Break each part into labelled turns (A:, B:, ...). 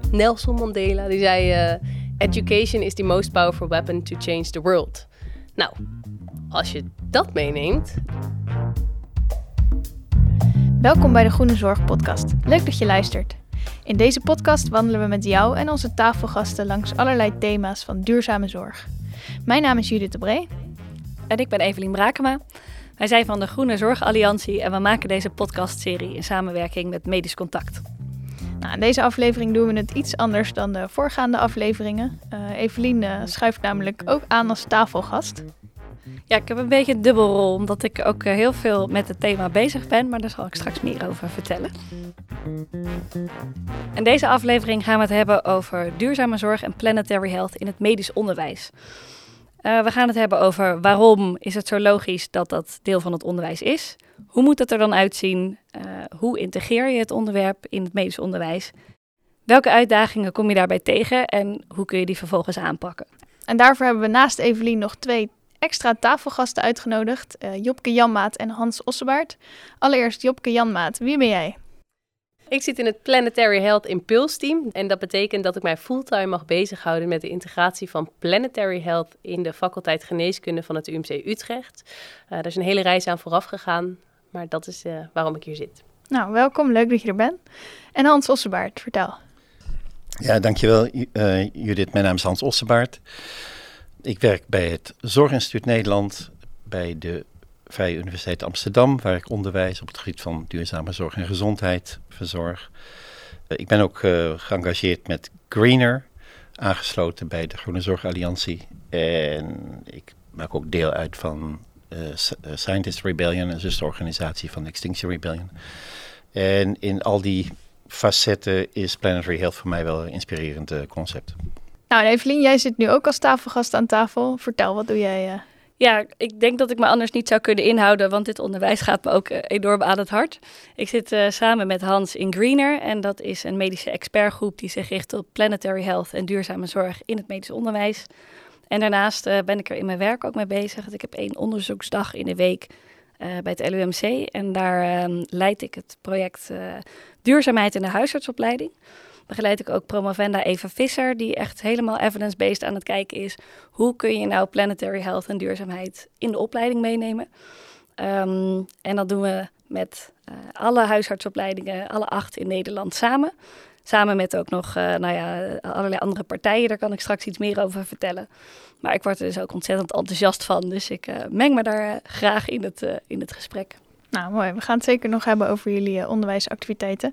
A: Nelson Mandela, die zei... Education is the most powerful weapon to change the world. Nou, als je dat meeneemt...
B: Welkom bij de Groene Zorg podcast. Leuk dat je luistert. In deze podcast wandelen we met jou en onze tafelgasten langs allerlei thema's van duurzame zorg. Mijn naam is Judith de Bree.
C: En ik ben Evelien Brakema. Wij zijn van de Groene Zorg Alliantie en we maken deze podcastserie in samenwerking met Medisch Contact.
B: Nou, in deze aflevering doen we het iets anders dan de voorgaande afleveringen. Evelien schuift namelijk ook aan als tafelgast.
C: Ja, ik heb een beetje een dubbelrol, omdat ik ook heel veel met het thema bezig ben, maar daar zal ik straks meer over vertellen. In deze aflevering gaan we het hebben over duurzame zorg en planetary health in het medisch onderwijs. We gaan het hebben over waarom is het zo logisch dat dat deel van het onderwijs is. Hoe moet het er dan uitzien? Hoe integreer je het onderwerp in het medisch onderwijs? Welke uitdagingen kom je daarbij tegen en hoe kun je die vervolgens aanpakken?
B: En daarvoor hebben we naast Evelien nog 2 extra tafelgasten uitgenodigd. Jopke Janmaat en Hans Ossebaert. Allereerst Jopke Janmaat, wie ben jij?
A: Ik zit in het Planetary Health Impulse Team en dat betekent dat ik mij fulltime mag bezighouden met de integratie van Planetary Health in de faculteit geneeskunde van het UMC Utrecht. Er is een hele reis aan vooraf gegaan, maar dat is waarom ik hier zit.
B: Nou, welkom, leuk dat je er bent. En Hans Ossebaert, vertel.
D: Ja, dankjewel Judith. Mijn naam is Hans Ossebaert. Ik werk bij het Zorginstituut Nederland, bij de Vrije Universiteit Amsterdam, waar ik onderwijs op het gebied van duurzame zorg en gezondheid verzorg. Ik ben ook geëngageerd met Greener, aangesloten bij de Groene Zorg Alliantie. En ik maak ook deel uit van Scientist Rebellion, een zusterorganisatie van Extinction Rebellion. En in al die facetten is Planetary Health voor mij wel een inspirerend concept.
B: Nou, en Evelien, jij zit nu ook als tafelgast aan tafel. Vertel, wat doe jij?
C: Ja, ik denk dat ik me anders niet zou kunnen inhouden, want dit onderwijs gaat me ook enorm aan het hart. Ik zit samen met Hans in Greener en dat is een medische expertgroep die zich richt op planetary health en duurzame zorg in het medisch onderwijs. En daarnaast ben ik er in mijn werk ook mee bezig. Ik heb 1 onderzoeksdag in de week bij het LUMC en daar leid ik het project Duurzaamheid in de huisartsopleiding. Begeleid ik ook promovenda Eva Visser, die echt helemaal evidence-based aan het kijken is. Hoe kun je nou planetary health en duurzaamheid in de opleiding meenemen? En dat doen we met alle huisartsopleidingen, alle 8 in Nederland samen. Samen met ook nog allerlei andere partijen, daar kan ik straks iets meer over vertellen. Maar ik word er dus ook ontzettend enthousiast van, dus ik meng me daar graag in het gesprek.
B: Nou, mooi. We gaan het zeker nog hebben over jullie onderwijsactiviteiten.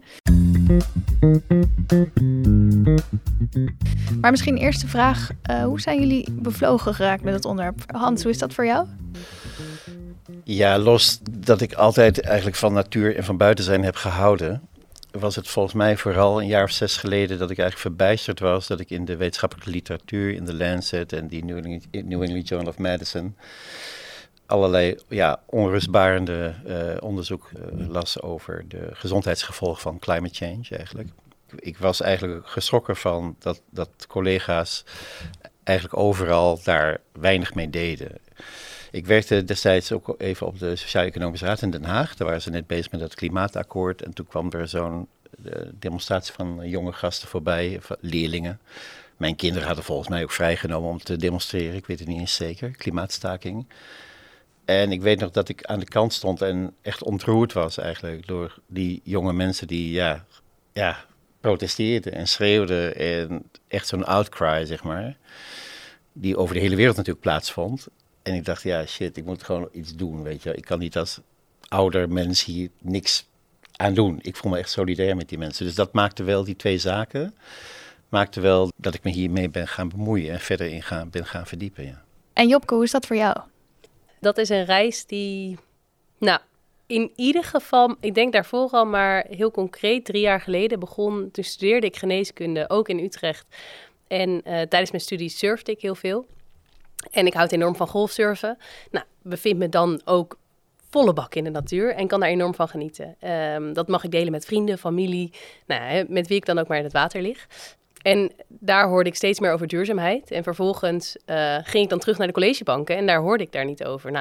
B: Maar misschien eerst de vraag, hoe zijn jullie bevlogen geraakt met het onderwerp? Hans, hoe is dat voor jou?
D: Ja, los dat ik altijd eigenlijk van natuur en van buiten zijn heb gehouden, was het volgens mij vooral een jaar of 6 geleden dat ik eigenlijk verbijsterd was dat ik in de wetenschappelijke literatuur, in de Lancet en die New England Journal of Medicine, allerlei onrustbarende onderzoek las over de gezondheidsgevolgen van climate change eigenlijk. Ik was eigenlijk geschrokken van dat collega's eigenlijk overal daar weinig mee deden. Ik werkte destijds ook even op de Sociaal-Economische Raad in Den Haag. Daar waren ze net bezig met het klimaatakkoord. En toen kwam er zo'n demonstratie van jonge gasten voorbij, leerlingen. Mijn kinderen hadden volgens mij ook vrijgenomen om te demonstreren. Ik weet het niet eens zeker, klimaatstaking. En ik weet nog dat ik aan de kant stond en echt ontroerd was eigenlijk door die jonge mensen die protesteerden en schreeuwden. En echt zo'n outcry, zeg maar, die over de hele wereld natuurlijk plaatsvond. En ik dacht, ik moet gewoon iets doen, weet je. Ik kan niet als ouder mens hier niks aan doen. Ik voel me echt solidair met die mensen. Dus dat maakte wel, die 2 zaken, maakte wel dat ik me hiermee ben gaan bemoeien en verder ben gaan verdiepen, ja.
B: En Jopke, hoe is dat voor jou?
A: Dat is een reis die, in ieder geval, ik denk daarvoor al, maar heel concreet 3 jaar geleden begon. Toen studeerde ik geneeskunde, ook in Utrecht. En tijdens mijn studie surfde ik heel veel. En ik houd enorm van golfsurfen. Bevind me dan ook volle bak in de natuur en kan daar enorm van genieten. Dat mag ik delen met vrienden, familie, met wie ik dan ook maar in het water lig. En daar hoorde ik steeds meer over duurzaamheid. En vervolgens ging ik dan terug naar de collegebanken en daar hoorde ik daar niet over.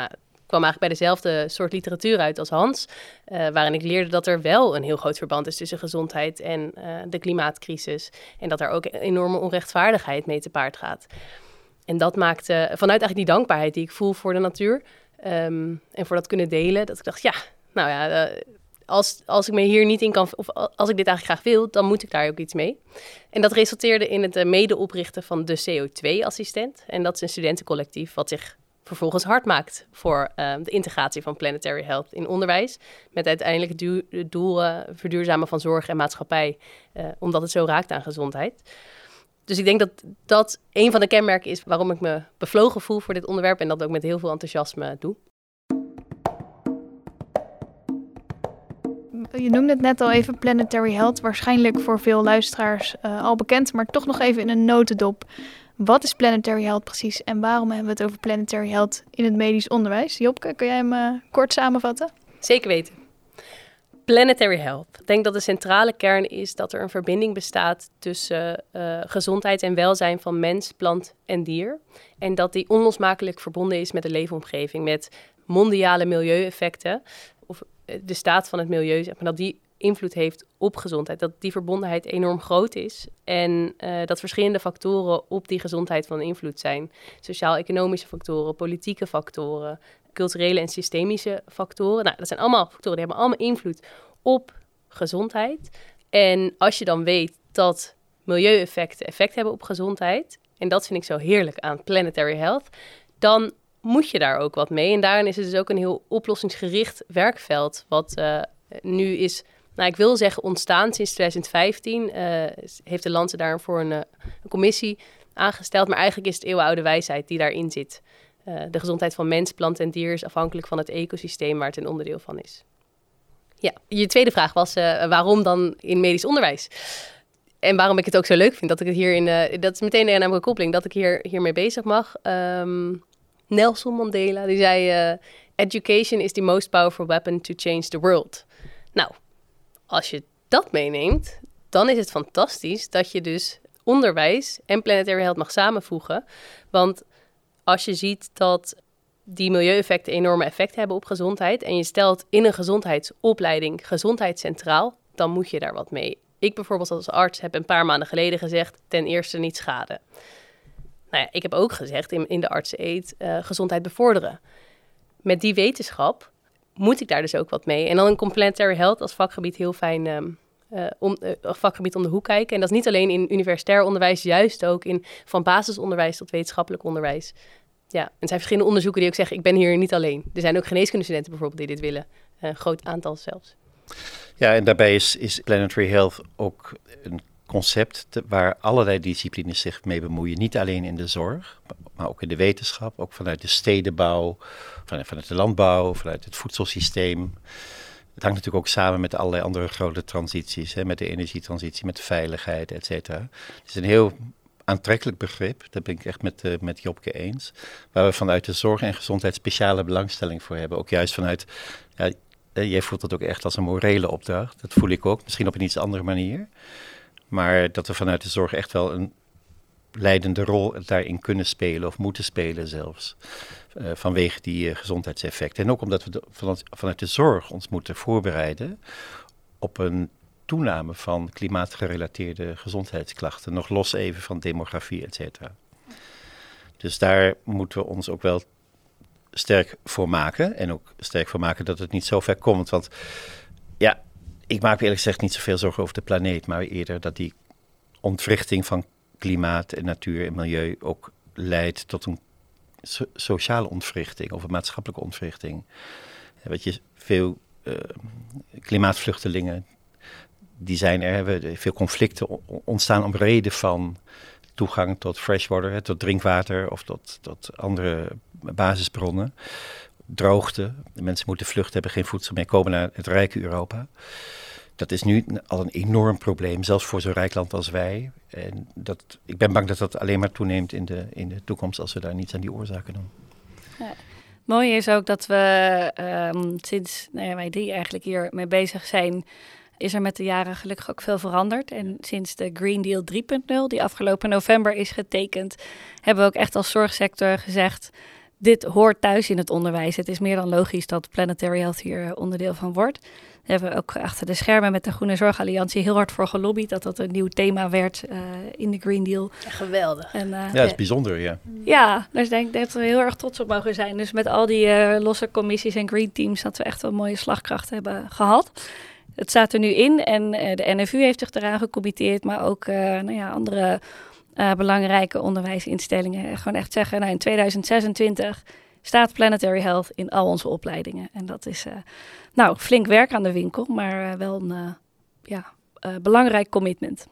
A: kwam eigenlijk bij dezelfde soort literatuur uit als Hans, waarin ik leerde dat er wel een heel groot verband is tussen gezondheid en de klimaatcrisis. En dat er ook een enorme onrechtvaardigheid mee te paard gaat. En dat maakte, vanuit eigenlijk die dankbaarheid die ik voel voor de natuur en voor dat kunnen delen, dat ik dacht, als ik me hier niet in kan, of als ik dit eigenlijk graag wil, dan moet ik daar ook iets mee. En dat resulteerde in het mede-oprichten van de CO2-assistent. En dat is een studentencollectief wat zich vervolgens hard maakt voor de integratie van planetary health in onderwijs. Met uiteindelijk het doel verduurzamen van zorg en maatschappij, omdat het zo raakt aan gezondheid. Dus ik denk dat dat een van de kenmerken is waarom ik me bevlogen voel voor dit onderwerp en dat ook met heel veel enthousiasme doe.
B: Je noemde het net al even, planetary health, waarschijnlijk voor veel luisteraars al bekend, maar toch nog even in een notendop. Wat is planetary health precies en waarom hebben we het over planetary health in het medisch onderwijs? Jopke, kun jij hem kort samenvatten?
A: Zeker weten. Planetary health. Ik denk dat de centrale kern is dat er een verbinding bestaat tussen gezondheid en welzijn van mens, plant en dier. En dat die onlosmakelijk verbonden is met de leefomgeving, met mondiale milieueffecten. Of de staat van het milieu, zeg maar, dat die invloed heeft op gezondheid. Dat die verbondenheid enorm groot is. En dat verschillende factoren op die gezondheid van invloed zijn. Sociaal-economische factoren, politieke factoren, culturele en systemische factoren. Nou, dat zijn allemaal factoren, die hebben allemaal invloed op gezondheid. En als je dan weet dat milieueffecten effect hebben op gezondheid, en dat vind ik zo heerlijk aan planetary health, dan moet je daar ook wat mee. En daarin is het dus ook een heel oplossingsgericht werkveld, wat nu is, ik wil zeggen ontstaan sinds 2015. Heeft de Lancet daarvoor een commissie aangesteld, maar eigenlijk is het eeuwenoude wijsheid die daarin zit. De gezondheid van mens, plant en dier is afhankelijk van het ecosysteem waar het een onderdeel van is. Ja, je tweede vraag was waarom dan in medisch onderwijs? En waarom ik het ook zo leuk vind dat ik het hier dat is meteen namelijk een koppeling, dat ik hiermee bezig mag. Nelson Mandela, die zei, education is the most powerful weapon to change the world. Nou, als je dat meeneemt, dan is het fantastisch dat je dus onderwijs en planetary health mag samenvoegen. Want als je ziet dat die milieueffecten enorme effect hebben op gezondheid en je stelt in een gezondheidsopleiding gezondheid centraal, dan moet je daar wat mee. Ik bijvoorbeeld als arts heb een paar maanden geleden gezegd, ten eerste niet schaden. Nou ja, ik heb ook gezegd in de artseneed gezondheid bevorderen. Met die wetenschap moet ik daar dus ook wat mee. En dan een planetary health als vakgebied heel fijn vakgebied om de hoek kijken. En dat is niet alleen in universitair onderwijs, juist ook van basisonderwijs tot wetenschappelijk onderwijs. Ja, en er zijn verschillende onderzoeken die ook zeggen, ik ben hier niet alleen. Er zijn ook geneeskundestudenten bijvoorbeeld die dit willen. Een groot aantal zelfs.
D: Ja, en daarbij is planetary health ook een concept waar allerlei disciplines zich mee bemoeien. Niet alleen in de zorg, maar ook in de wetenschap. Ook vanuit de stedenbouw, vanuit de landbouw, vanuit het voedselsysteem. Het hangt natuurlijk ook samen met allerlei andere grote transities. Met de energietransitie, met de veiligheid, et cetera. Het is een heel aantrekkelijk begrip. Dat ben ik echt met Jopke eens. Waar we vanuit de zorg en gezondheid speciale belangstelling voor hebben. Ook juist vanuit, jij voelt het ook echt als een morele opdracht. Dat voel ik ook, misschien op een iets andere manier. Maar dat we vanuit de zorg echt wel een leidende rol daarin kunnen spelen of moeten spelen zelfs. Vanwege die gezondheidseffecten. En ook omdat we vanuit de zorg ons moeten voorbereiden op een toename van klimaatgerelateerde gezondheidsklachten. Nog los even van demografie, et cetera. Dus daar moeten we ons ook wel sterk voor maken. En ook sterk voor maken dat het niet zo ver komt. Want ja, ik maak me eerlijk gezegd niet zoveel zorgen over de planeet. Maar eerder dat die ontwrichting van klimaat en natuur en milieu ook leidt tot een sociale ontwrichting of een maatschappelijke ontwrichting. Weet je, veel klimaatvluchtelingen, die zijn er. Veel conflicten ontstaan om reden van toegang tot freshwater, tot drinkwater of tot andere basisbronnen. Droogte, de mensen moeten vluchten, hebben geen voedsel meer, komen naar het rijke Europa. Dat is nu al een enorm probleem, zelfs voor zo'n rijk land als wij. En ik ben bang dat dat alleen maar toeneemt in de toekomst als we daar niets aan die oorzaken doen.
C: Ja. Mooi is ook dat we sinds wij drie eigenlijk hier mee bezig zijn, is er met de jaren gelukkig ook veel veranderd. En sinds de Green Deal 3.0, die afgelopen november is getekend, hebben we ook echt als zorgsector gezegd, dit hoort thuis in het onderwijs. Het is meer dan logisch dat Planetary Health hier onderdeel van wordt. Daar hebben we ook achter de schermen met de Groene Zorgalliantie heel hard voor gelobbyd dat een nieuw thema werd in de Green Deal.
A: Ja, geweldig.
D: En, dat is bijzonder, ja.
C: Ja, dus ik denk dat we heel erg trots op mogen zijn. Dus met al die losse commissies en green teams dat we echt wel een mooie slagkracht hebben gehad. Het staat er nu in en de NFU heeft zich eraan gecommitteerd, maar ook andere belangrijke onderwijsinstellingen. Gewoon echt zeggen, in 2026 staat Planetary Health in al onze opleidingen. En dat is flink werk aan de winkel, maar wel een belangrijk commitment.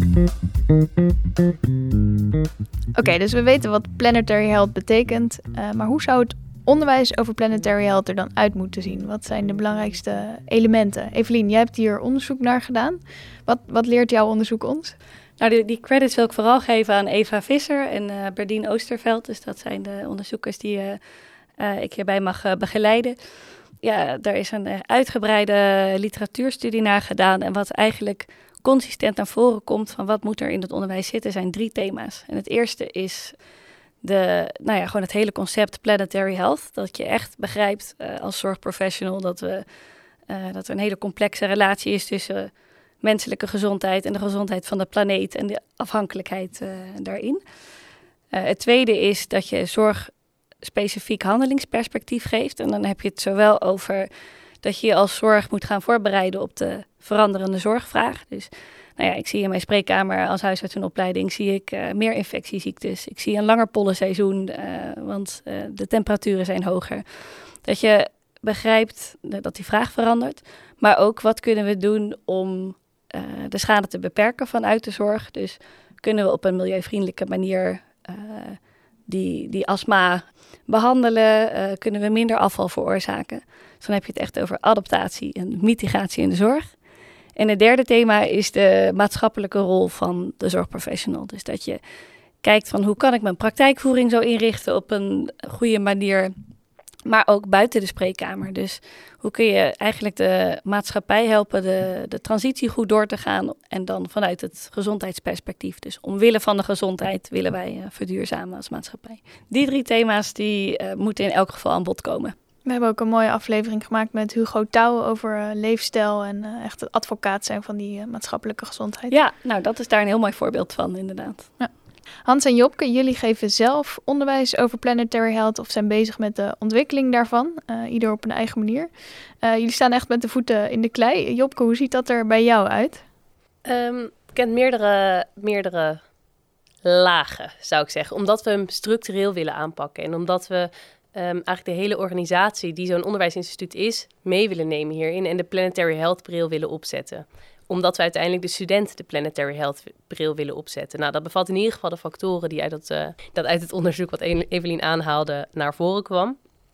B: Oké, dus we weten wat Planetary Health betekent. Maar hoe zou het onderwijs over Planetary Health er dan uit moeten zien? Wat zijn de belangrijkste elementen? Evelien, jij hebt hier onderzoek naar gedaan. Wat leert jouw onderzoek ons?
C: Nou, die credits wil ik vooral geven aan Eva Visser en Berdien Oosterveld. Dus dat zijn de onderzoekers die ik hierbij mag begeleiden. Ja, daar is een uitgebreide literatuurstudie naar gedaan. En wat eigenlijk consistent naar voren komt van wat moet er in het onderwijs zitten, zijn 3 thema's. En het eerste is gewoon het hele concept Planetary Health. Dat je echt begrijpt als zorgprofessional dat er een hele complexe relatie is tussen menselijke gezondheid en de gezondheid van de planeet en de afhankelijkheid daarin. Het tweede is dat je zorgspecifiek handelingsperspectief geeft. En dan heb je het zowel over dat je als zorg moet gaan voorbereiden op de veranderende zorgvraag. Dus ik zie in mijn spreekkamer als huisartsenopleiding zie ik meer infectieziektes. Ik zie een langer pollenseizoen, want de temperaturen zijn hoger. Dat je begrijpt dat die vraag verandert. Maar ook wat kunnen we doen om de schade te beperken vanuit de zorg. Dus kunnen we op een milieuvriendelijke manier die astma behandelen? Kunnen we minder afval veroorzaken? Dus dan heb je het echt over adaptatie en mitigatie in de zorg. En het derde thema is de maatschappelijke rol van de zorgprofessional. Dus dat je kijkt van hoe kan ik mijn praktijkvoering zo inrichten op een goede manier, maar ook buiten de spreekkamer. Dus hoe kun je eigenlijk de maatschappij helpen de transitie goed door te gaan en dan vanuit het gezondheidsperspectief. Dus omwille van de gezondheid willen wij verduurzamen als maatschappij. Die 3 thema's die moeten in elk geval aan bod komen.
B: We hebben ook een mooie aflevering gemaakt met Hugo Touw over leefstijl en echt het advocaat zijn van die maatschappelijke gezondheid.
C: Ja, dat is daar een heel mooi voorbeeld van inderdaad.
B: Ja. Hans en Jobke, jullie geven zelf onderwijs over Planetary Health of zijn bezig met de ontwikkeling daarvan, ieder op een eigen manier. Jullie staan echt met de voeten in de klei. Jobke, hoe ziet dat er bij jou uit?
A: Ik ken meerdere lagen, zou ik zeggen. Omdat we hem structureel willen aanpakken en omdat we eigenlijk de hele organisatie die zo'n onderwijsinstituut is, mee willen nemen hierin en de Planetary Health bril willen opzetten. Omdat we uiteindelijk de student de Planetary Health bril willen opzetten. Nou, dat bevat in ieder geval de factoren die uit het onderzoek wat Evelien aanhaalde naar voren kwam.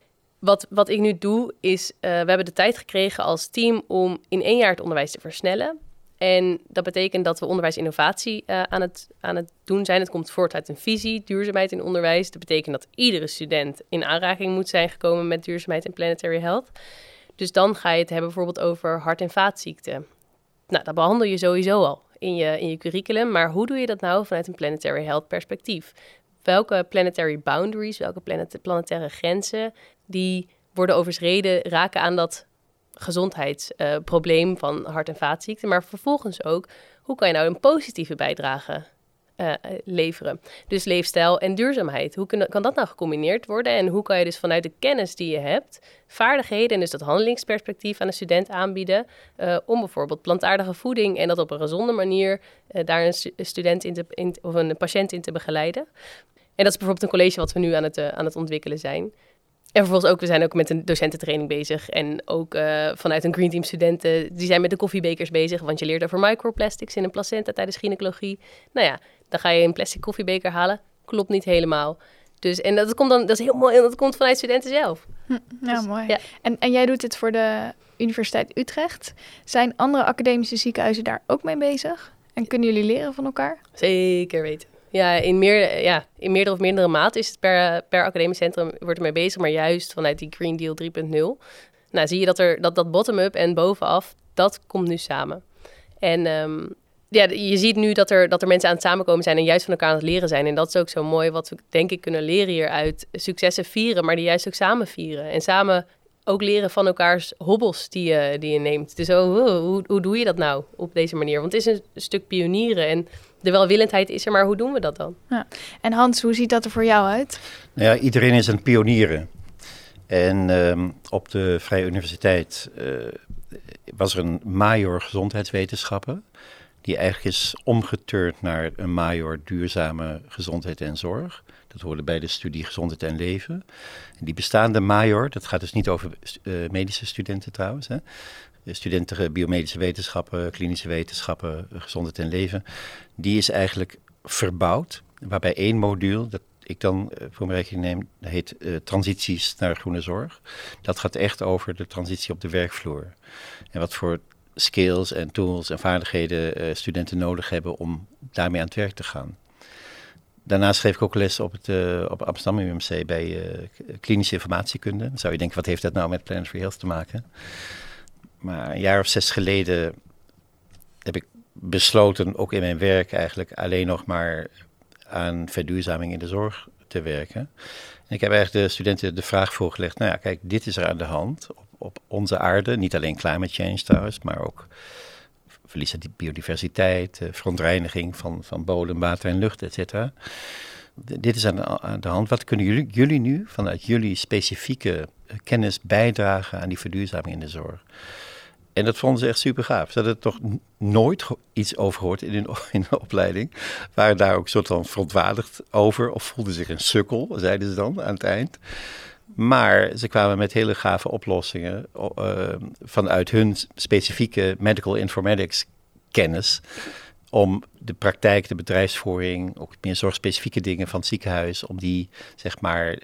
A: Wat ik nu doe is, we hebben de tijd gekregen als team om in 1 jaar het onderwijs te versnellen. En dat betekent dat we onderwijsinnovatie aan het doen zijn. Het komt voort uit een visie, duurzaamheid in onderwijs. Dat betekent dat iedere student in aanraking moet zijn gekomen met duurzaamheid en Planetary Health. Dus dan ga je het hebben bijvoorbeeld over hart- en vaatziekten. Nou, dat behandel je sowieso al in je curriculum. Maar hoe doe je dat nou vanuit een Planetary Health perspectief? Welke planetary boundaries, welke planetaire grenzen, die worden overschreden, raken aan dat gezondheidsprobleem van hart- en vaatziekten. Maar vervolgens ook, hoe kan je nou een positieve bijdrage leveren? Dus leefstijl en duurzaamheid. Hoe kan dat nou gecombineerd worden? En hoe kan je dus vanuit de kennis die je hebt, vaardigheden en dus dat handelingsperspectief aan een student aanbieden, om bijvoorbeeld plantaardige voeding en dat op een gezonde manier daar een student of een patiënt in te begeleiden. En dat is bijvoorbeeld een college wat we nu aan het ontwikkelen zijn. En vervolgens ook, we zijn ook met een docententraining bezig. En ook vanuit een Green Team studenten, die zijn met de koffiebekers bezig. Want je leert over microplastics in een placenta tijdens gynaecologie. Nou ja, dan ga je een plastic koffiebeker halen. Klopt niet helemaal. Dus, en dat is heel mooi, en dat komt vanuit studenten zelf.
B: Ja,
A: Dus,
B: mooi.
A: Ja.
B: En jij doet dit voor de Universiteit Utrecht. Zijn andere academische ziekenhuizen daar ook mee bezig? En kunnen jullie leren van elkaar?
A: Zeker weten. Ja, in meerdere of mindere mate is het per academisch centrum wordt ermee bezig, maar juist vanuit die Green Deal 3.0. Nou, zie je dat bottom-up en bovenaf, dat komt nu samen. En je ziet nu dat er mensen aan het samenkomen zijn en juist van elkaar aan het leren zijn. En dat is ook zo mooi wat we denk ik kunnen leren hieruit. Successen vieren, maar die juist ook samen vieren. En samen ook leren van elkaars hobbels die je neemt. Dus hoe doe je dat nou op deze manier? Want het is een stuk pionieren en de welwillendheid is er, maar hoe doen we dat dan?
B: Ja. En Hans, hoe ziet dat er voor jou uit?
D: Nou ja, iedereen is een pionieren. En op de Vrije Universiteit was er een major gezondheidswetenschappen, die eigenlijk is omgeturnd naar een major duurzame gezondheid en zorg. Dat hoorde bij de studie Gezondheid en Leven. En die bestaande major, dat gaat dus niet over medische studenten trouwens, hè. Studenten biomedische wetenschappen, klinische wetenschappen, gezondheid en leven, die is eigenlijk verbouwd, waarbij één module, dat ik dan voor mijn rekening neem, dat heet transities naar groene zorg. Dat gaat echt over de transitie op de werkvloer. En wat voor skills en tools en vaardigheden studenten nodig hebben om daarmee aan het werk te gaan. Daarnaast geef ik ook les op Amsterdam UMC bij klinische informatiekunde. Dan zou je denken, wat heeft dat nou met Planetary Health te maken? Maar een jaar of 6 geleden heb ik besloten, ook in mijn werk eigenlijk, alleen nog maar aan verduurzaming in de zorg te werken. En ik heb eigenlijk de studenten de vraag voorgelegd, nou ja, kijk, dit is er aan de hand op onze aarde. Niet alleen climate change trouwens, maar ook verlies aan biodiversiteit, verontreiniging van bodem, water en lucht, et cetera. Dit is aan de hand. Wat kunnen jullie nu vanuit jullie specifieke kennis bijdragen aan die verduurzaming in de zorg? En dat vonden ze echt super gaaf. Ze hadden er toch nooit iets over gehoord in de opleiding. Waren daar ook een soort van verontwaardigd over of voelden zich een sukkel, zeiden ze dan aan het eind. Maar ze kwamen met hele gave oplossingen vanuit hun specifieke medical informatics kennis om de praktijk, de bedrijfsvoering, ook meer zorgspecifieke dingen van het ziekenhuis, om die zeg maar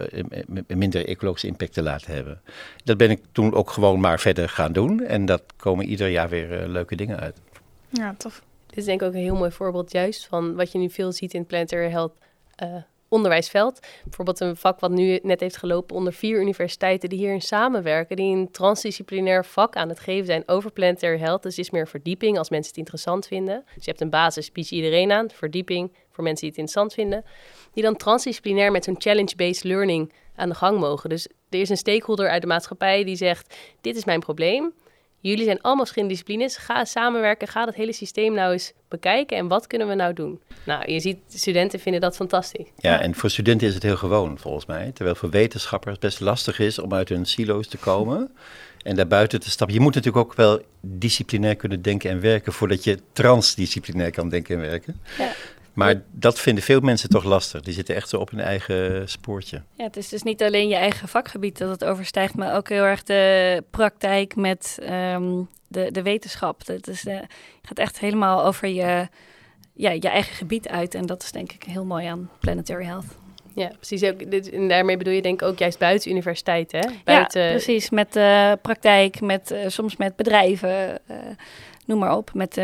D: een minder ecologische impact te laten hebben. Dat ben ik toen ook gewoon maar verder gaan doen en dat komen ieder jaar weer leuke dingen uit.
B: Ja, tof.
A: Dit is denk ik ook een heel mooi voorbeeld juist van wat je nu veel ziet in het Planetary Health onderwijsveld. Bijvoorbeeld een vak wat nu net heeft gelopen onder 4 universiteiten die hierin samenwerken, die een transdisciplinair vak aan het geven zijn over Planetary Health. Dus is meer verdieping als mensen het interessant vinden. Dus je hebt een basis, bied je iedereen aan, verdieping voor mensen die het interessant vinden, die dan transdisciplinair met zo'n challenge-based learning aan de gang mogen. Dus er is een stakeholder uit de maatschappij die zegt, dit is mijn probleem. Jullie zijn allemaal verschillende disciplines. Ga samenwerken, ga dat hele systeem nou eens bekijken. En wat kunnen we nou doen? Nou, je ziet, studenten vinden dat fantastisch.
D: Ja, en voor studenten is het heel gewoon volgens mij. Terwijl voor wetenschappers het best lastig is om uit hun silo's te komen en daarbuiten te stappen. Je moet natuurlijk ook wel disciplinair kunnen denken en werken voordat je transdisciplinair kan denken en werken. Ja. Maar dat vinden veel mensen toch lastig. Die zitten echt zo op hun eigen spoortje.
C: Ja, het is dus niet alleen je eigen vakgebied dat het overstijgt, maar ook heel erg de praktijk met de wetenschap. Het gaat echt helemaal over je eigen gebied uit. En dat is denk ik heel mooi aan Planetary Health.
A: Ja, precies. En daarmee bedoel je denk ik ook juist buiten universiteit, hè?
C: Buiten... Ja, precies. Met praktijk, soms met bedrijven... noem maar op, met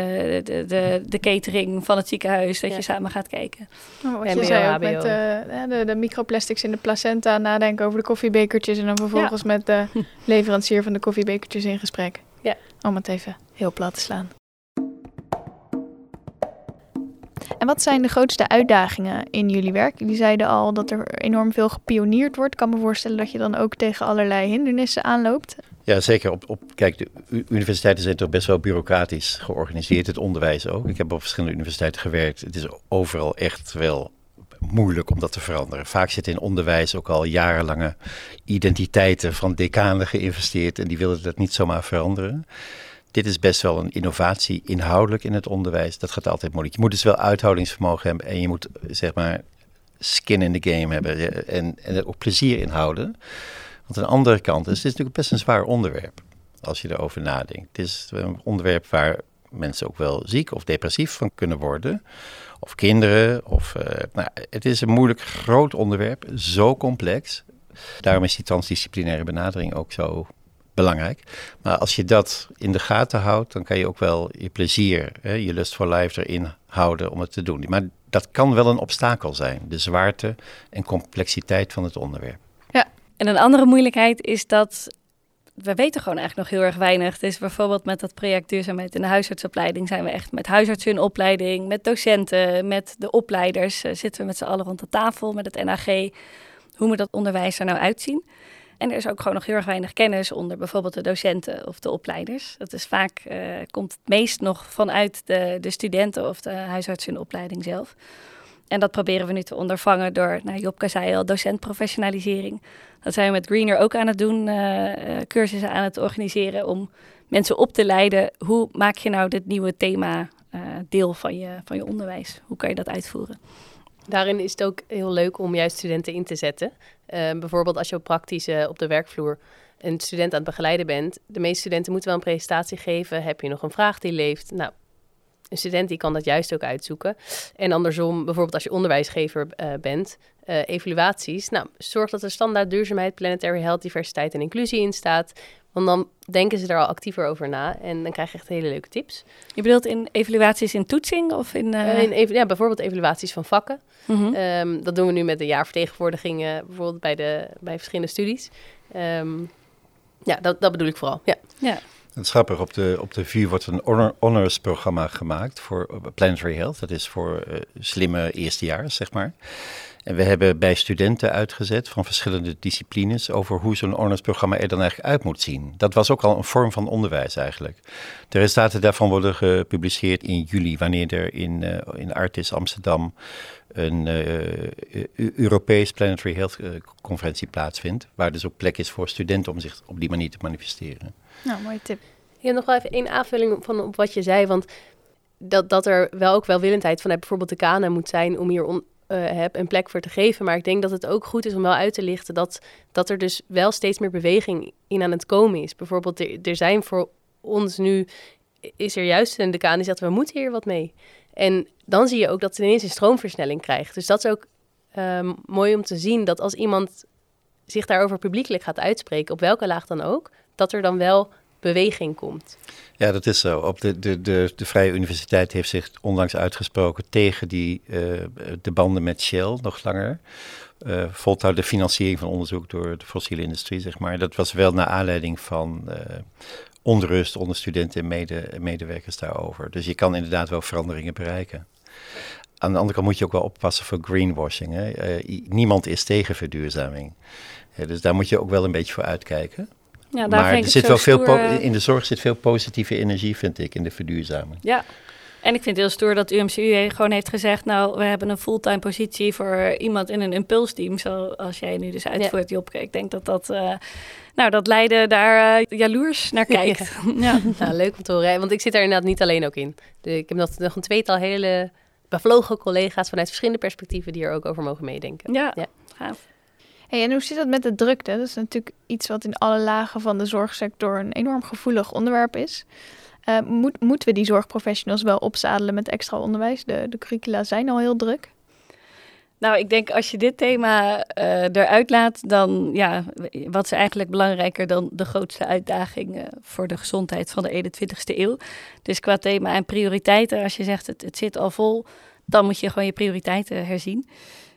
C: de catering van het ziekenhuis, dat je samen gaat kijken.
B: Wat je zei ook met de microplastics in de placenta, nadenken over de koffiebekertjes en dan vervolgens met de leverancier van de koffiebekertjes in gesprek.
A: Ja.
B: Om het even heel plat te slaan. En wat zijn de grootste uitdagingen in jullie werk? Jullie zeiden al dat er enorm veel gepioneerd wordt. Ik kan me voorstellen dat je dan ook tegen allerlei hindernissen aanloopt.
D: Ja, zeker. Kijk, de universiteiten zijn toch best wel bureaucratisch georganiseerd. Het onderwijs ook. Ik heb op verschillende universiteiten gewerkt. Het is overal echt wel moeilijk om dat te veranderen. Vaak zitten in onderwijs ook al jarenlange identiteiten van decanen geïnvesteerd en die willen dat niet zomaar veranderen. Dit is best wel een innovatie inhoudelijk in het onderwijs. Dat gaat altijd moeilijk. Je moet dus wel uithoudingsvermogen hebben en je moet zeg maar skin in the game hebben en er ook plezier in houden. Want aan de andere kant is het natuurlijk best een zwaar onderwerp als je erover nadenkt. Het is een onderwerp waar mensen ook wel ziek of depressief van kunnen worden. Of kinderen. Het is een moeilijk groot onderwerp, zo complex. Daarom is die transdisciplinaire benadering ook zo belangrijk. Maar als je dat in de gaten houdt, dan kan je ook wel je plezier, je lust for life erin houden om het te doen. Maar dat kan wel een obstakel zijn, de zwaarte en complexiteit van het onderwerp.
C: Ja. En een andere moeilijkheid is dat we weten gewoon eigenlijk nog heel erg weinig. Dus bijvoorbeeld met dat project duurzaamheid in de huisartsopleiding zijn we echt met huisartsen in opleiding, met docenten, met de opleiders zitten we met z'n allen rond de tafel met het NAG. Hoe moet dat onderwijs er nou uitzien? En er is ook gewoon nog heel erg weinig kennis onder bijvoorbeeld de docenten of de opleiders. Dat is vaak, komt het meest nog vanuit de studenten of de huisartsen in de opleiding zelf. En dat proberen we nu te ondervangen door, Jopke zei al, docentprofessionalisering. Dat zijn we met Greener ook aan het doen, cursussen aan het organiseren om mensen op te leiden. Hoe maak je nou dit nieuwe thema deel van je onderwijs? Hoe kan je dat uitvoeren?
A: Daarin is het ook heel leuk om juist studenten in te zetten. Bijvoorbeeld als je op de werkvloer een student aan het begeleiden bent. De meeste studenten moeten wel een presentatie geven. Heb je nog een vraag die leeft? Nou, een student die kan dat juist ook uitzoeken. En andersom, bijvoorbeeld als je onderwijsgever bent, evaluaties. Nou, zorg dat er standaard duurzaamheid, planetary health, diversiteit en inclusie in staat. Want dan denken ze er al actiever over na en dan krijg je echt hele leuke tips.
C: Je bedoelt in evaluaties in toetsing of
A: bijvoorbeeld evaluaties van vakken.
C: Mm-hmm.
A: Dat doen we nu met de jaarvertegenwoordiging bijvoorbeeld bij verschillende studies. Dat bedoel ik vooral. Ja.
D: Het is grappig, op de VU wordt een honors programma gemaakt voor Planetary Health. Dat is voor slimme eerstejaars, zeg maar. En we hebben bij studenten uitgezet van verschillende disciplines over hoe zo'n honors-programma er dan eigenlijk uit moet zien. Dat was ook al een vorm van onderwijs eigenlijk. De resultaten daarvan worden gepubliceerd in juli, wanneer er in Artis Amsterdam een Europees Planetary Health conferentie plaatsvindt, waar dus ook plek is voor studenten om zich op die manier te manifesteren.
B: Nou, mooie tip.
A: Ik heb nog wel even één aanvulling op wat je zei, want dat er wel ook welwillendheid vanuit bijvoorbeeld de KANA moet zijn om hier een plek voor te geven. Maar ik denk dat het ook goed is om wel uit te lichten dat er dus wel steeds meer beweging in aan het komen is. Bijvoorbeeld, er zijn voor ons nu, is er juist een decaan die zegt, we moeten hier wat mee. En dan zie je ook dat het ineens een stroomversnelling krijgt. Dus dat is ook mooi om te zien dat als iemand zich daarover publiekelijk gaat uitspreken, op welke laag dan ook, dat er dan wel beweging komt.
D: Ja, dat is zo. De Vrije Universiteit heeft zich onlangs uitgesproken tegen de banden met Shell nog langer. Volhoudt de financiering van onderzoek door de fossiele industrie, zeg maar. Dat was wel naar aanleiding van onrust onder studenten en medewerkers daarover. Dus je kan inderdaad wel veranderingen bereiken. Aan de andere kant moet je ook wel oppassen voor greenwashing. Hè? Niemand is tegen verduurzaming. Dus daar moet je ook wel een beetje voor uitkijken.
C: Ja,
D: maar er zit wel veel in de zorg zit veel positieve energie, vind ik, in de verduurzaming.
C: Ja, en ik vind het heel stoer dat UMCU gewoon heeft gezegd, nou, we hebben een fulltime positie voor iemand in een impulsteam, zoals jij nu dus uitvoert, Jopke. Ik denk dat Leiden daar jaloers naar kijkt.
A: Ja. Nou, leuk om te horen, want ik zit daar inderdaad niet alleen ook in. Ik heb nog een tweetal hele bevlogen collega's vanuit verschillende perspectieven die er ook over mogen meedenken.
C: Ja. Gaaf.
B: Hey, en hoe zit dat met de drukte? Dat is natuurlijk iets wat in alle lagen van de zorgsector een enorm gevoelig onderwerp is. Moeten we die zorgprofessionals wel opzadelen met extra onderwijs? De curricula zijn al heel druk.
C: Nou, ik denk als je dit thema eruit laat, dan wat is eigenlijk belangrijker dan de grootste uitdaging voor de gezondheid van de 21ste eeuw. Dus qua thema en prioriteiten, als je zegt het zit al vol, dan moet je gewoon je prioriteiten herzien.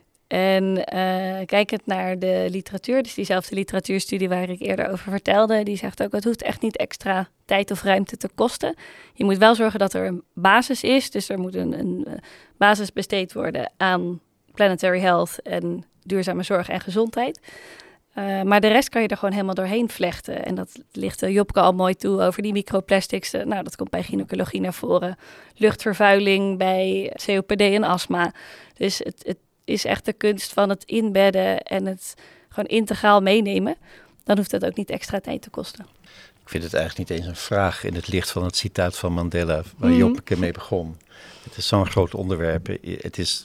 C: En kijkend naar de literatuur, dus diezelfde literatuurstudie waar ik eerder over vertelde, die zegt ook, het hoeft echt niet extra tijd of ruimte te kosten. Je moet wel zorgen dat er een basis is, dus er moet een basis besteed worden aan planetary health en duurzame zorg en gezondheid. Maar de rest kan je er gewoon helemaal doorheen vlechten. En dat ligt Jopke al mooi toe over die microplastics. Dat komt bij gynaecologie naar voren. Luchtvervuiling bij COPD en astma. Dus het is echt de kunst van het inbedden en het gewoon integraal meenemen. Dan hoeft dat ook niet extra tijd te kosten.
D: Ik vind het eigenlijk niet eens een vraag in het licht van het citaat van Mandela, waar Joppeke mee begon. Het is zo'n groot onderwerp. Het is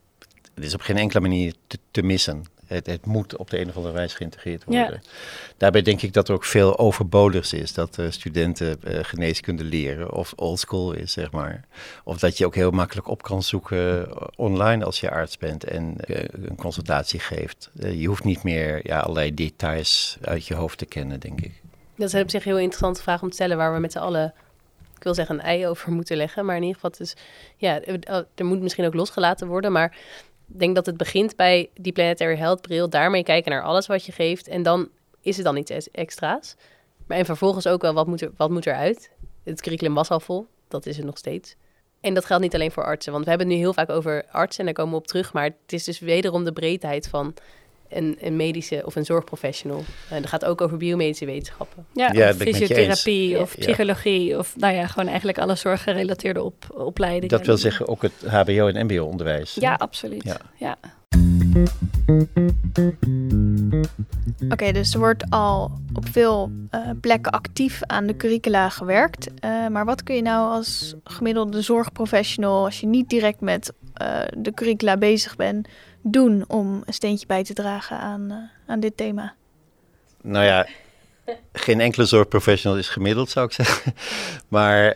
D: op geen enkele manier te missen. Het moet op de een of andere wijze geïntegreerd worden. Ja. Daarbij denk ik dat er ook veel overbodigs is. Dat studenten geneeskunde leren of oldschool is, zeg maar. Of dat je ook heel makkelijk op kan zoeken online als je arts bent en een consultatie geeft. Je hoeft niet meer allerlei details uit je hoofd te kennen, denk ik.
A: Dat is op zich een heel interessante vraag om te stellen waar we met z'n allen, ik wil zeggen, een ei over moeten leggen. Maar in ieder geval, er moet misschien ook losgelaten worden, maar ik denk dat het begint bij die planetary health bril, daarmee kijken naar alles wat je geeft en dan is het dan iets extra's. Maar en vervolgens ook wel, wat moet eruit? Het curriculum was al vol, dat is het nog steeds. En dat geldt niet alleen voor artsen, want we hebben het nu heel vaak over artsen en daar komen we op terug. Maar het is dus wederom de breedheid van een medische of een zorgprofessional. En dat gaat ook over biomedische wetenschappen.
C: Ja, of fysiotherapie of psychologie of gewoon eigenlijk alle zorggerelateerde opleidingen.
D: Dat wil zeggen ook het hbo- en mbo-onderwijs.
C: Ja, absoluut. Ja.
B: Oké, dus er wordt al op veel plekken actief aan de curricula gewerkt. Maar wat kun je nou als gemiddelde zorgprofessional, als je niet direct met de curricula bezig bent, doen om een steentje bij te dragen aan dit thema?
D: Nou ja, geen enkele zorgprofessional is gemiddeld, zou ik zeggen. Maar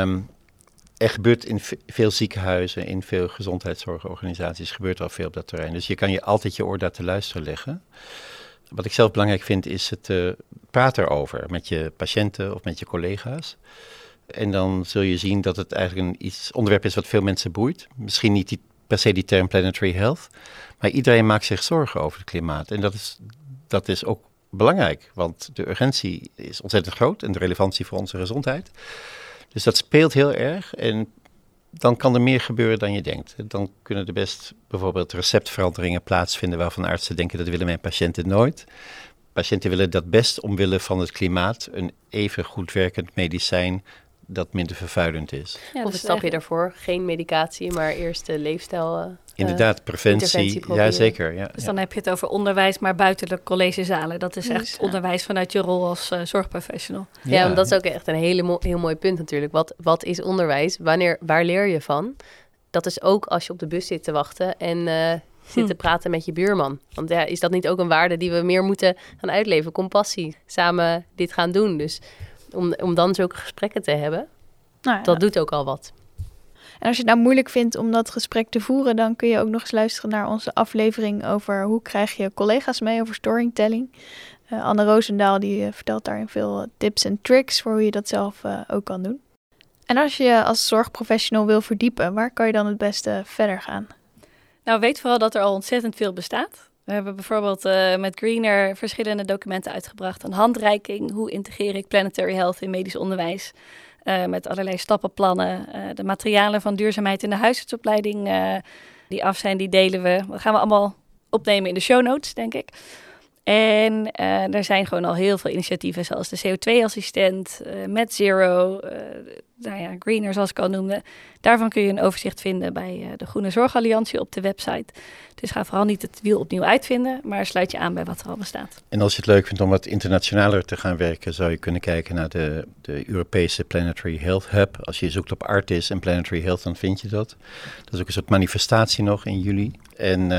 D: er gebeurt in veel ziekenhuizen, in veel gezondheidszorgorganisaties, gebeurt al veel op dat terrein. Dus je kan je altijd je oor daar te luisteren leggen. Wat ik zelf belangrijk vind, is het praten erover met je patiënten of met je collega's. En dan zul je zien dat het eigenlijk een onderwerp is wat veel mensen boeit. Misschien niet per se die term planetary health, maar iedereen maakt zich zorgen over het klimaat. En dat is ook belangrijk, want de urgentie is ontzettend groot en de relevantie voor onze gezondheid. Dus dat speelt heel erg en dan kan er meer gebeuren dan je denkt. Dan kunnen er best bijvoorbeeld receptveranderingen plaatsvinden waarvan artsen denken dat willen mijn patiënten nooit. Patiënten willen dat best omwille van het klimaat, een even goed werkend medicijn dat minder vervuilend is.
A: Ja, of een stapje daarvoor, geen medicatie, maar eerst de leefstijl.
D: Inderdaad, preventie, ja zeker. Ja,
C: dus dan heb je het over onderwijs, maar buiten de collegezalen. Dat is echt onderwijs vanuit je rol als zorgprofessional.
A: Ja, want dat is ook echt een heel mooi punt natuurlijk. Wat is onderwijs? Waar leer je van? Dat is ook als je op de bus zit te wachten en zit te praten met je buurman. Want ja, is dat niet ook een waarde die we meer moeten gaan uitleven? Compassie, samen dit gaan doen. Dus om dan zulke gesprekken te hebben, dat doet ook al wat.
B: En als je het nou moeilijk vindt om dat gesprek te voeren, dan kun je ook nog eens luisteren naar onze aflevering over hoe krijg je collega's mee over storytelling. Anne Roosendaal die vertelt daarin veel tips en tricks voor hoe je dat zelf ook kan doen. En als je als zorgprofessional wil verdiepen, waar kan je dan het beste verder gaan?
C: Nou, weet vooral dat er al ontzettend veel bestaat. We hebben bijvoorbeeld met Greener verschillende documenten uitgebracht. Een handreiking, hoe integreer ik planetary health in medisch onderwijs. Met allerlei stappenplannen. De materialen van duurzaamheid in de huisartsopleiding die af zijn, die delen we. Dat gaan we allemaal opnemen in de show notes, denk ik. En er zijn gewoon al heel veel initiatieven, zoals de CO2-assistent, Met Zero, Greener zoals ik al noemde. Daarvan kun je een overzicht vinden bij de Groene Zorgalliantie op de website. Dus ga vooral niet het wiel opnieuw uitvinden, maar sluit je aan bij wat er al bestaat.
D: En als je het leuk vindt om wat internationaler te gaan werken, zou je kunnen kijken naar de Europese Planetary Health Hub. Als je zoekt op Artis en Planetary Health, dan vind je dat. Dat is ook een soort manifestatie nog in juli. En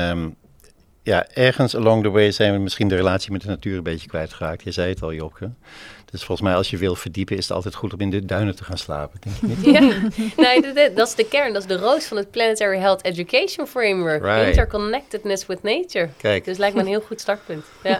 D: ergens along the way zijn we misschien de relatie met de natuur een beetje kwijtgeraakt. Je zei het al, Jopke. Dus volgens mij als je wil verdiepen is het altijd goed om in de duinen te gaan slapen, denk je niet?
A: Ja, nee, dat is de kern. Dat is de roos van het Planetary Health Education Framework. Right. Interconnectedness with nature.
D: Kijk.
A: Dus lijkt me een heel goed startpunt. Ja.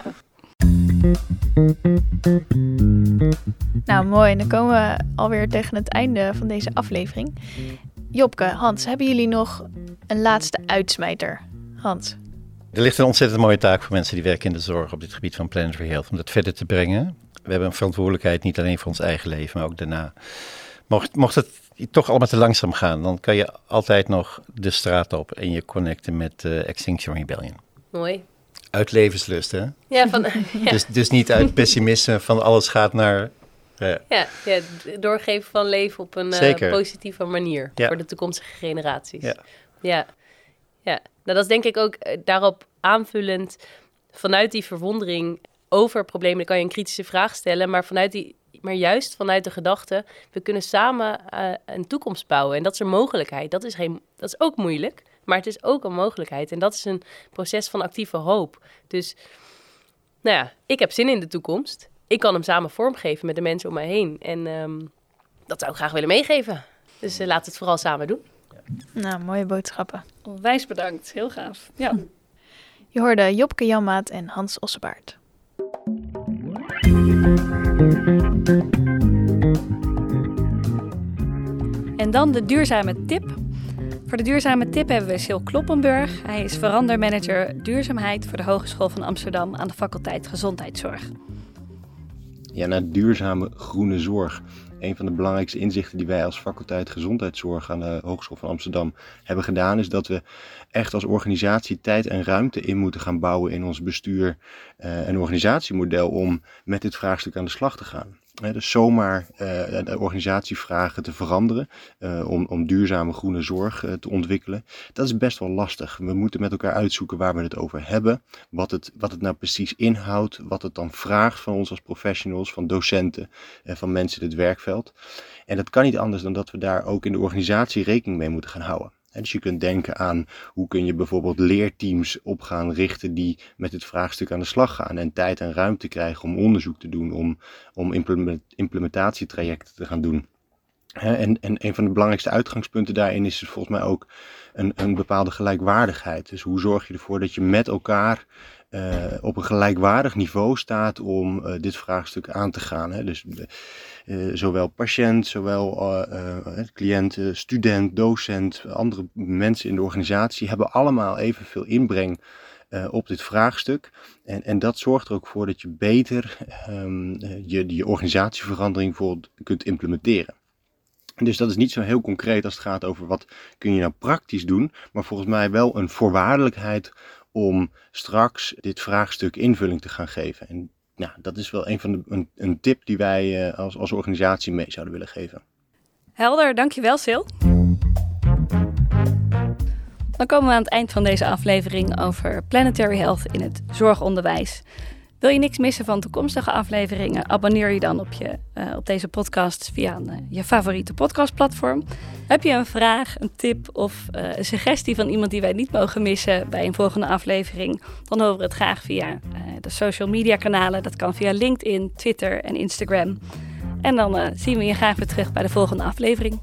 B: Nou, mooi. Dan komen we alweer tegen het einde van deze aflevering. Jopke, Hans, hebben jullie nog een laatste uitsmijter? Hans?
D: Er ligt een ontzettend mooie taak voor mensen die werken in de zorg op dit gebied van planetary health, om dat verder te brengen. We hebben een verantwoordelijkheid niet alleen voor ons eigen leven, maar ook daarna. Mocht het toch allemaal te langzaam gaan, dan kan je altijd nog de straat op en je connecten met Extinction Rebellion.
A: Mooi.
D: Uit levenslust, hè?
A: Ja,
D: Dus niet uit pessimisme van alles gaat naar...
A: doorgeven van leven op een positieve manier voor de toekomstige generaties. Ja. Nou, dat is denk ik ook daarop aanvullend. Vanuit die verwondering over problemen kan je een kritische vraag stellen, maar juist vanuit de gedachte, we kunnen samen een toekomst bouwen. En dat is een mogelijkheid. Dat is ook moeilijk, maar het is ook een mogelijkheid. En dat is een proces van actieve hoop. Dus, ik heb zin in de toekomst. Ik kan hem samen vormgeven met de mensen om mij heen. En dat zou ik graag willen meegeven. Dus laten we het vooral samen doen.
B: Nou, mooie boodschappen.
C: Onwijs bedankt. Heel gaaf. Ja.
B: Je hoorde Jopke Janmaat en Hans Ossebaert.
C: En dan de duurzame tip. Voor de duurzame tip hebben we Sil Kloppenburg. Hij is verandermanager duurzaamheid voor de Hogeschool van Amsterdam aan de faculteit Gezondheidszorg.
E: Ja, naar duurzame groene zorg. Een van de belangrijkste inzichten die wij als faculteit gezondheidszorg aan de Hogeschool van Amsterdam hebben gedaan, is dat we echt als organisatie tijd en ruimte in moeten gaan bouwen in ons bestuur en organisatiemodel om met dit vraagstuk aan de slag te gaan. Dus zomaar de organisatievragen te veranderen om duurzame groene zorg te ontwikkelen, dat is best wel lastig. We moeten met elkaar uitzoeken waar we het over hebben, wat het nou precies inhoudt, wat het dan vraagt van ons als professionals, van docenten en van mensen in het werkveld. En dat kan niet anders dan dat we daar ook in de organisatie rekening mee moeten gaan houden. Dus je kunt denken aan hoe kun je bijvoorbeeld leerteams op gaan richten die met dit vraagstuk aan de slag gaan en tijd en ruimte krijgen om onderzoek te doen, om implementatietrajecten te gaan doen. En een van de belangrijkste uitgangspunten daarin is dus volgens mij ook een bepaalde gelijkwaardigheid. Dus hoe zorg je ervoor dat je met elkaar op een gelijkwaardig niveau staat om dit vraagstuk aan te gaan. Dus zowel patiënt, zowel cliënten, student, docent, andere mensen in de organisatie hebben allemaal evenveel inbreng op dit vraagstuk. En dat zorgt er ook voor dat je beter je organisatieverandering bijvoorbeeld kunt implementeren. Dus dat is niet zo heel concreet als het gaat over wat kun je nou praktisch doen, maar volgens mij wel een voorwaardelijkheid om straks dit vraagstuk invulling te gaan geven. En dat is wel een tip die wij als organisatie mee zouden willen geven.
C: Helder, dankjewel Sil. Dan komen we aan het eind van deze aflevering over Planetary Health in het zorgonderwijs. Wil je niks missen van toekomstige afleveringen? Abonneer je dan op deze podcast via je favoriete podcastplatform. Heb je een vraag, een tip of een suggestie van iemand die wij niet mogen missen bij een volgende aflevering? Dan horen we het graag via de social media kanalen. Dat kan via LinkedIn, Twitter en Instagram. En dan zien we je graag weer terug bij de volgende aflevering.